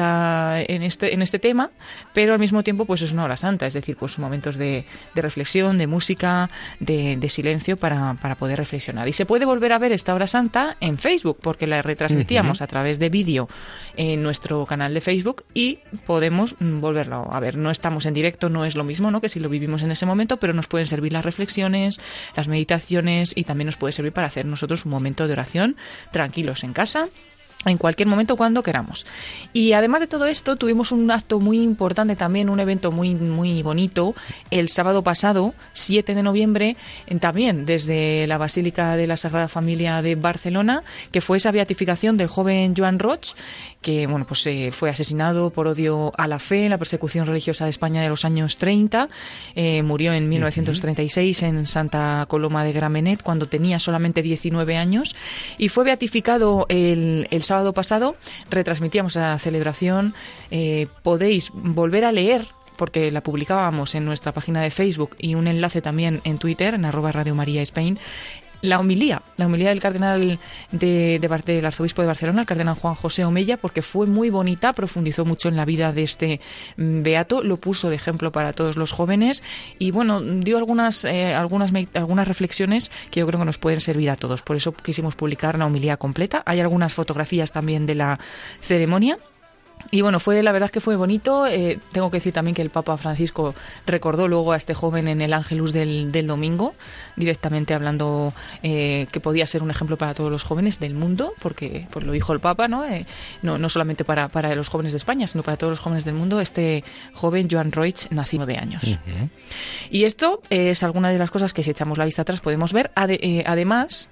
este tema, pero al mismo tiempo pues es una hora santa, es decir, pues momentos de reflexión, de música, de silencio para poder reflexionar. Y se puede volver a ver esta hora santa en Facebook, porque la retransmitíamos a través de vídeo en nuestro canal de Facebook, y podemos volverlo a ver. No estamos en directo, no es lo mismo, ¿no?, que si lo vivimos en ese momento, pero nos pueden servir las reflexiones, las meditaciones, y también nos puede servir para hacer nosotros un momento de oración tranquilos en casa, en cualquier momento, cuando queramos. Y además de todo esto, tuvimos un acto muy importante también, un evento muy bonito, el sábado pasado, 7 de noviembre, también desde la Basílica de la Sagrada Familia de Barcelona, que fue esa beatificación del joven Joan Roig, que bueno, pues fue asesinado por odio a la fe en la persecución religiosa de España de los años 30. Murió en 1936 en Santa Coloma de Gramenet, cuando tenía solamente 19 años, y fue beatificado el sábado pasado. Retransmitíamos la celebración. Podéis volver a leer, porque la publicábamos en nuestra página de Facebook, y un enlace también en Twitter, en @Radio María Spain, la homilía del cardenal del arzobispo de Barcelona, el cardenal Juan José Omella, porque fue muy bonita, profundizó mucho en la vida de este beato, lo puso de ejemplo para todos los jóvenes y bueno, dio algunas reflexiones que yo creo que nos pueden servir a todos. Por eso quisimos publicar una homilía completa. Hay algunas fotografías también de la ceremonia. Y bueno, la verdad que fue bonito. Tengo que decir también que el Papa Francisco recordó luego a este joven en el Ángelus del domingo, directamente hablando que podía ser un ejemplo para todos los jóvenes del mundo, porque pues lo dijo el Papa, ¿no? No solamente para los jóvenes de España, sino para todos los jóvenes del mundo. Este joven, Joan Roig, nació 9 años. Uh-huh. Y esto es alguna de las cosas que si echamos la vista atrás podemos ver, además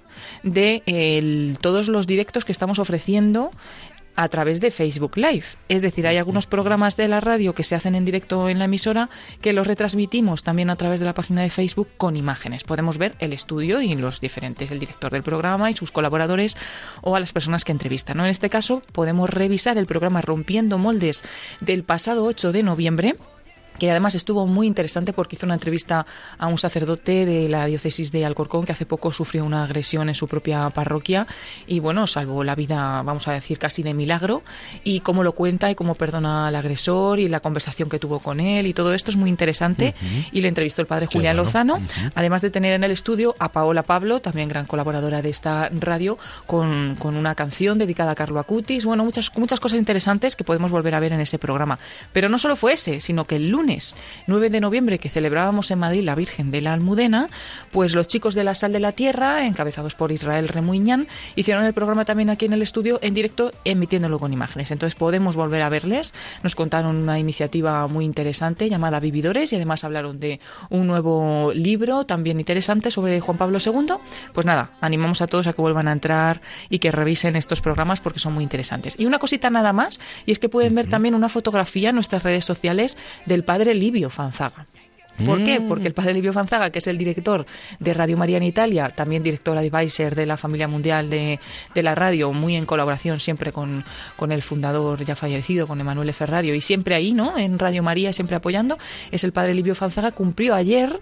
de todos los directos que estamos ofreciendo a través de Facebook Live. Es decir, hay algunos programas de la radio que se hacen en directo en la emisora que los retransmitimos también a través de la página de Facebook con imágenes. Podemos ver el estudio y los diferentes, el director del programa y sus colaboradores o a las personas que entrevistan, ¿no? En este caso, podemos revisar el programa Rompiendo Moldes del pasado 8 de noviembre, que además estuvo muy interesante porque hizo una entrevista a un sacerdote de la diócesis de Alcorcón que hace poco sufrió una agresión en su propia parroquia y bueno, salvó la vida, vamos a decir, casi de milagro, y cómo lo cuenta y cómo perdona al agresor y la conversación que tuvo con él y todo esto es muy interesante. Uh-huh. Y le entrevistó el padre Julián Lozano, uh-huh. Además de tener en el estudio a Paola Pablo, también gran colaboradora de esta radio, con una canción dedicada a Carlo Acutis, bueno, muchas cosas interesantes que podemos volver a ver en ese programa. Pero no solo fue ese, sino que el lunes 9 de noviembre, que celebrábamos en Madrid la Virgen de la Almudena, pues los chicos de La Sal de la Tierra, encabezados por Israel Remuñán, hicieron el programa también aquí en el estudio en directo, emitiéndolo con imágenes. Entonces podemos volver a verles. Nos contaron una iniciativa muy interesante llamada Vividores y además hablaron de un nuevo libro también interesante sobre Juan Pablo II. Pues nada, animamos a todos a que vuelvan a entrar y que revisen estos programas porque son muy interesantes. Y una cosita nada más, y es que pueden ver también una fotografía en nuestras redes sociales del padre Livio Fanzaga. ¿Por qué? Porque el padre Livio Fanzaga, que es el director de Radio María en Italia, también director advisor de la familia mundial de la radio, muy en colaboración siempre con el fundador ya fallecido, con Emanuele Ferrario, y siempre ahí, ¿no? En Radio María, siempre apoyando, es el padre Livio Fanzaga, cumplió ayer,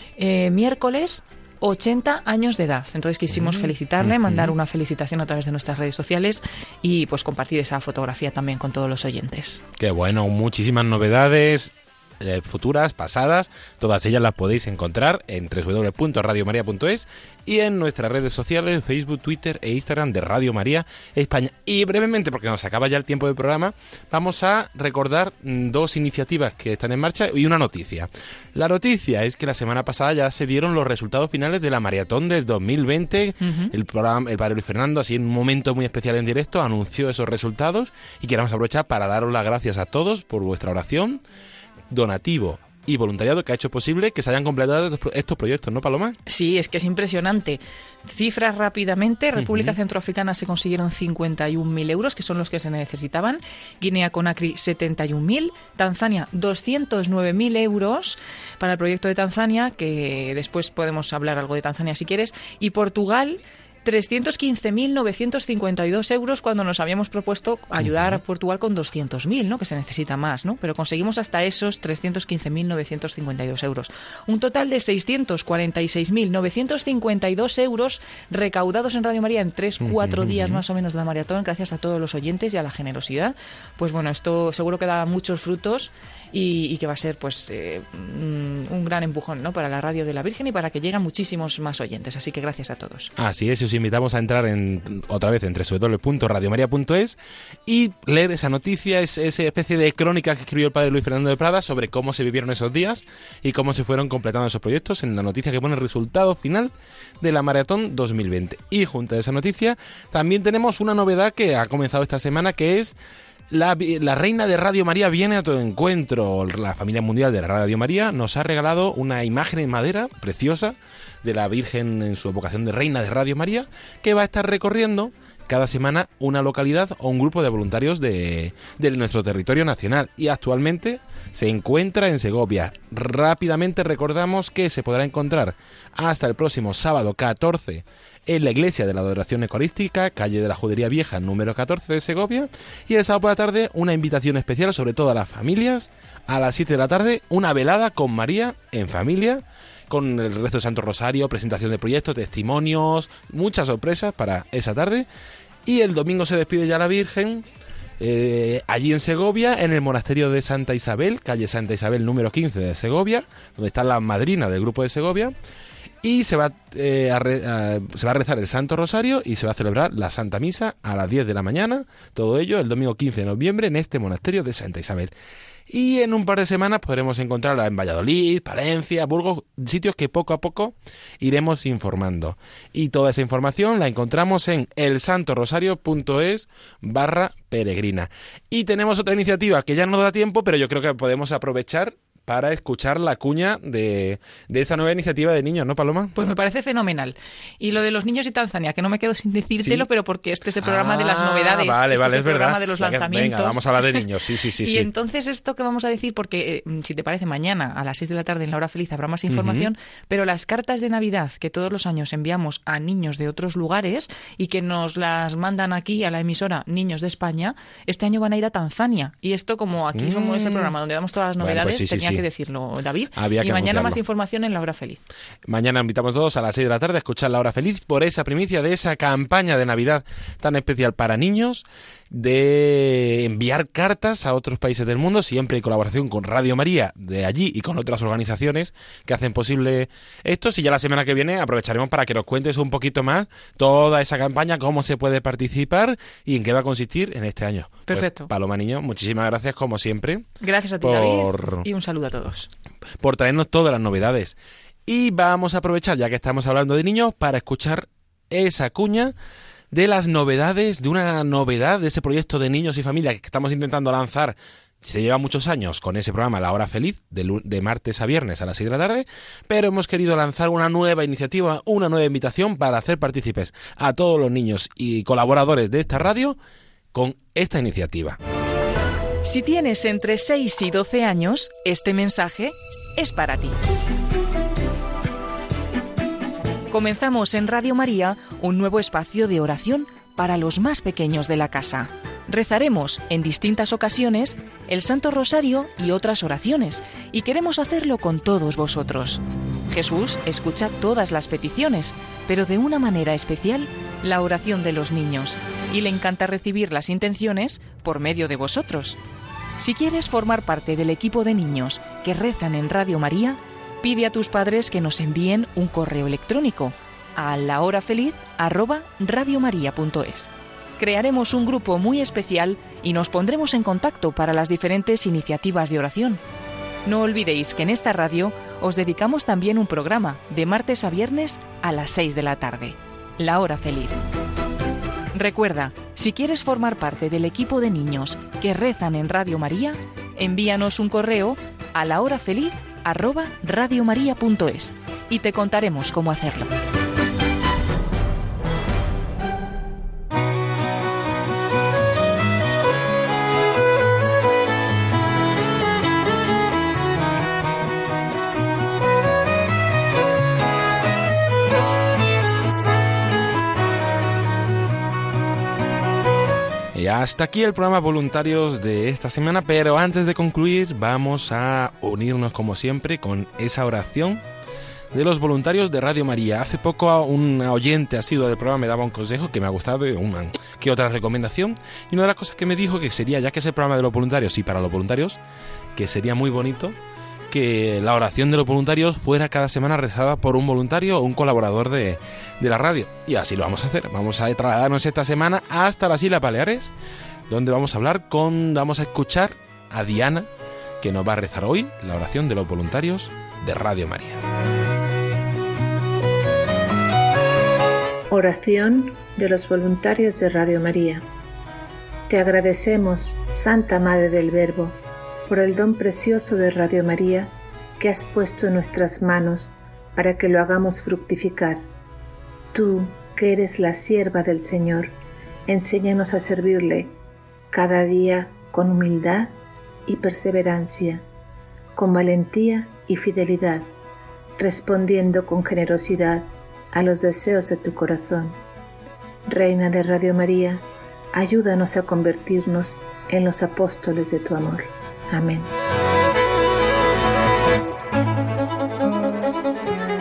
miércoles, 80 años de edad. Entonces quisimos felicitarle, mandar una felicitación a través de nuestras redes sociales y pues compartir esa fotografía también con todos los oyentes. Qué bueno, muchísimas novedades futuras, pasadas, todas ellas las podéis encontrar en www.radiomaria.es y en nuestras redes sociales, Facebook, Twitter e Instagram de Radio María España. Y brevemente, porque nos acaba ya el tiempo del programa, vamos a recordar 2 iniciativas que están en marcha y una noticia. La noticia es que la semana pasada ya se dieron los resultados finales de la maratón del 2020. Uh-huh. El padre Luis Fernando, así en un momento muy especial en directo, anunció esos resultados y queremos aprovechar para daros las gracias a todos por vuestra oración, donativo y voluntariado que ha hecho posible que se hayan completado estos proyectos, ¿no, Paloma? Sí, es que es impresionante. Cifras rápidamente. República Centroafricana se consiguieron 51.000 euros, que son los que se necesitaban. Guinea-Conakry, 71.000. Tanzania, 209.000 euros para el proyecto de Tanzania, que después podemos hablar algo de Tanzania si quieres. Y Portugal, 315.952 euros cuando nos habíamos propuesto ayudar a Portugal con 200.000, ¿no? Que se necesita más, ¿no? Pero conseguimos hasta esos 315.952 euros. Un total de 646.952 euros recaudados en Radio María en 3-4 días más o menos de la maratón, gracias a todos los oyentes y a la generosidad. Pues bueno, esto seguro que da muchos frutos y que va a ser pues un gran empujón, ¿no? Para la radio de la Virgen y para que lleguen muchísimos más oyentes. Así que gracias a todos. Así es, os invitamos a entrar otra vez en www.radiomaria.es y leer esa noticia, esa especie de crónica que escribió el padre Luis Fernando de Prada sobre cómo se vivieron esos días y cómo se fueron completando esos proyectos, en la noticia que pone el resultado final de la maratón 2020. Y junto a esa noticia también tenemos una novedad que ha comenzado esta semana, que es la reina de Radio María viene a tu encuentro. La familia mundial de Radio María nos ha regalado una imagen en madera preciosa de la Virgen en su vocación de reina de Radio María, que va a estar recorriendo cada semana una localidad o un grupo de voluntarios de nuestro territorio nacional, y actualmente se encuentra en Segovia. Rápidamente recordamos que se podrá encontrar hasta el próximo sábado 14 en la Iglesia de la Adoración Eucarística, calle de la Judería Vieja, número 14 de Segovia, y el sábado por la tarde una invitación especial, sobre todo a las familias, a las 7 de la tarde, una velada con María en familia, con el resto de Santo Rosario, presentación de proyectos, testimonios, muchas sorpresas para esa tarde. Y el domingo se despide ya la Virgen, allí en Segovia, en el monasterio de Santa Isabel, calle Santa Isabel número 15 de Segovia, donde está la madrina del grupo de Segovia. Y se va a rezar el Santo Rosario y se va a celebrar la Santa Misa a las 10 de la mañana, todo ello el domingo 15 de noviembre en este monasterio de Santa Isabel. Y en un par de semanas podremos encontrarla en Valladolid, Palencia, Burgos, sitios que poco a poco iremos informando. Y toda esa información la encontramos en elsantorosario.es/peregrina. Y tenemos otra iniciativa que ya no da tiempo, pero yo creo que podemos aprovechar para escuchar la cuña de esa nueva iniciativa de niños, ¿no, Paloma? Pues me parece fenomenal. Y lo de los niños y Tanzania, que no me quedo sin decírtelo, ¿sí? Pero porque este es el programa de las novedades. Vale, este es el programa verdad. De los lanzamientos. Venga, vamos a hablar de niños, sí. Y entonces esto que vamos a decir, porque si te parece, mañana a las 6 de la tarde en La Hora Feliz habrá más información, pero las cartas de Navidad que todos los años enviamos a niños de otros lugares y que nos las mandan aquí a la emisora Niños de España, este año van a ir a Tanzania. Y esto, como aquí somos ese programa donde damos todas las novedades, pues tenía que decirlo, David. Y mañana anunciarlo. más información en La Hora Feliz. Mañana invitamos todos a las 6 de la tarde a escuchar La Hora Feliz por esa primicia de esa campaña de Navidad tan especial para niños, de enviar cartas a otros países del mundo, siempre en colaboración con Radio María de allí y con otras organizaciones que hacen posible esto. Y ya la semana que viene aprovecharemos para que nos cuentes un poquito más toda esa campaña, cómo se puede participar y en qué va a consistir en este año. Perfecto. Pues, Paloma Niño, muchísimas gracias como siempre. Gracias a ti, David, y un saludo a todos. Por traernos todas las novedades. Y vamos a aprovechar, ya que estamos hablando de niños, para escuchar esa cuña de las novedades, de una novedad de ese proyecto de niños y familia que estamos intentando lanzar. Se lleva muchos años con ese programa La Hora Feliz, de martes a viernes a las 6 de la tarde, pero hemos querido lanzar una nueva iniciativa, una nueva invitación para hacer partícipes a todos los niños y colaboradores de esta radio con esta iniciativa. Si tienes entre 6 y 12 años, este mensaje es para ti. Comenzamos en Radio María un nuevo espacio de oración para los más pequeños de la casa. Rezaremos en distintas ocasiones el Santo Rosario y otras oraciones, y queremos hacerlo con todos vosotros. Jesús escucha todas las peticiones, pero de una manera especial la oración de los niños, y le encanta recibir las intenciones por medio de vosotros. Si quieres formar parte del equipo de niños que rezan en Radio María, pide a tus padres que nos envíen un correo electrónico a lahorafeliz@radiomaria.es. Crearemos un grupo muy especial y nos pondremos en contacto para las diferentes iniciativas de oración. No olvidéis que en esta radio os dedicamos también un programa de martes a viernes a las 6 de la tarde, La Hora Feliz. Recuerda, si quieres formar parte del equipo de niños que rezan en Radio María, envíanos un correo a lahorafeliz@radiomaria.es y te contaremos cómo hacerlo. Y hasta aquí el programa Voluntarios de esta semana, pero antes de concluir vamos a unirnos como siempre con esa oración de los voluntarios de Radio María. Hace poco una oyente asidua del programa me daba un consejo que me ha gustado, que otra recomendación, y una de las cosas que me dijo que sería, ya que es el programa de los voluntarios y para los voluntarios, que sería muy bonito que la oración de los voluntarios fuera cada semana rezada por un voluntario o un colaborador de la radio. Y así lo vamos a hacer. Vamos a trasladarnos esta semana hasta las Islas Baleares, donde vamos a escuchar a Diana, que nos va a rezar hoy la oración de los voluntarios de Radio María. Oración de los voluntarios de Radio María. Te agradecemos, Santa Madre del Verbo, por el don precioso de Radio María que has puesto en nuestras manos para que lo hagamos fructificar. Tú, que eres la sierva del Señor, enséñanos a servirle cada día con humildad y perseverancia, con valentía y fidelidad, respondiendo con generosidad a los deseos de tu corazón. Reina de Radio María, ayúdanos a convertirnos en los apóstoles de tu amor. Amén.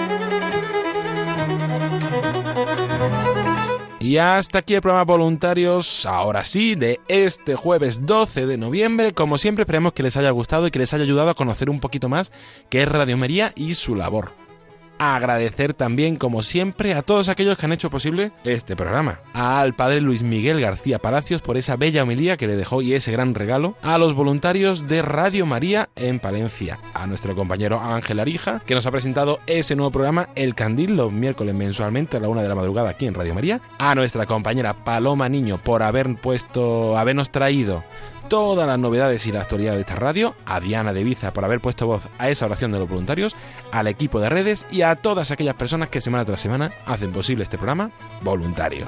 Y hasta aquí el programa Voluntarios, ahora sí, de este jueves 12 de noviembre. Como siempre, esperemos que les haya gustado y que les haya ayudado a conocer un poquito más qué es Radio María y su labor. Agradecer también, como siempre, a todos aquellos que han hecho posible este programa. Al padre Luis Miguel García Palacios por esa bella homilía que le dejó y ese gran regalo. A los voluntarios de Radio María en Palencia. A nuestro compañero Ángel Arija, que nos ha presentado ese nuevo programa, El Candil, los miércoles mensualmente a la 1 de la madrugada aquí en Radio María. A nuestra compañera Paloma Niño por habernos traído todas las novedades y la actualidad de esta radio, a Diana de Biza por haber puesto voz a esa oración de los voluntarios, al equipo de redes y a todas aquellas personas que semana tras semana hacen posible este programa Voluntarios.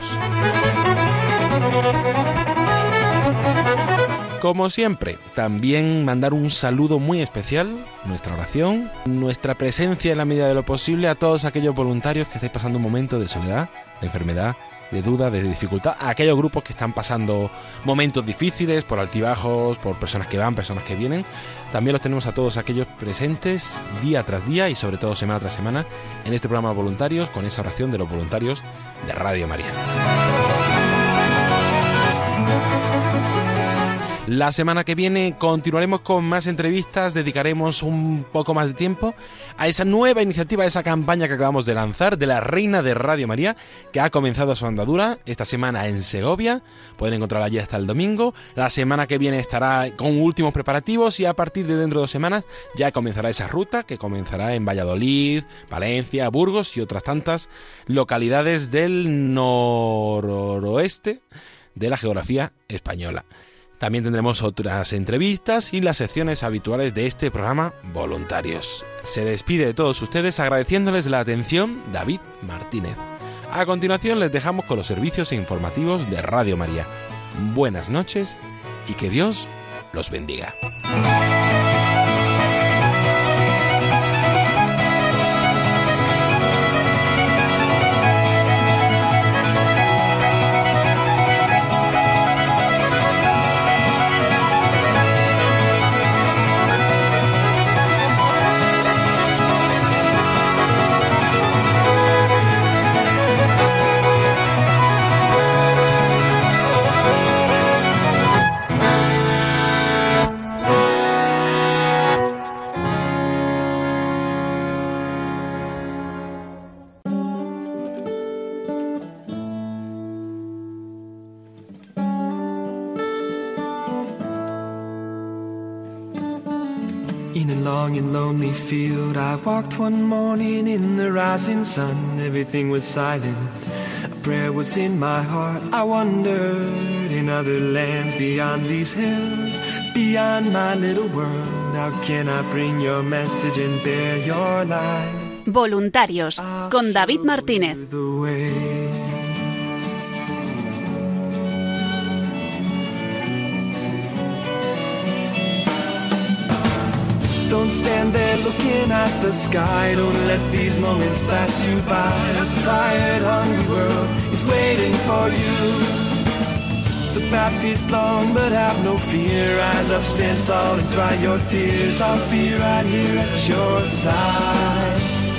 Como siempre, también mandar un saludo muy especial, nuestra oración, nuestra presencia en la medida de lo posible a todos aquellos voluntarios que estáis pasando un momento de soledad, de enfermedad, de duda, de dificultad, a aquellos grupos que están pasando momentos difíciles, por altibajos, por personas que van, personas que vienen. También los tenemos a todos aquellos presentes día tras día y sobre todo semana tras semana en este programa de voluntarios, con esa oración de los voluntarios de Radio María. La semana que viene continuaremos con más entrevistas, dedicaremos un poco más de tiempo a esa nueva iniciativa, a esa campaña que acabamos de lanzar de la Reina de Radio María, que ha comenzado su andadura esta semana en Segovia. Pueden encontrarla allí hasta el domingo. La semana que viene estará con últimos preparativos y a partir de dentro de 2 semanas ya comenzará esa ruta que comenzará en Valladolid, Valencia, Burgos y otras tantas localidades del noroeste de la geografía española. También tendremos otras entrevistas y las secciones habituales de este programa Voluntarios. Se despide de todos ustedes agradeciéndoles la atención David Martínez. A continuación les dejamos con los servicios informativos de Radio María. Buenas noches y que Dios los bendiga. In a long and lonely field I walked one morning in the rising sun. Everything was silent, a prayer was in my heart. I wondered, in other lands beyond these hills, beyond my little world, how can I bring your message and bear your light? Voluntarios, con David Martínez. Don't stand there looking at the sky. Don't let these moments pass you by. A tired, hungry world is waiting for you. The path is long, but have no fear. Rise up, stand tall, and dry your tears. I'll be right here at your side.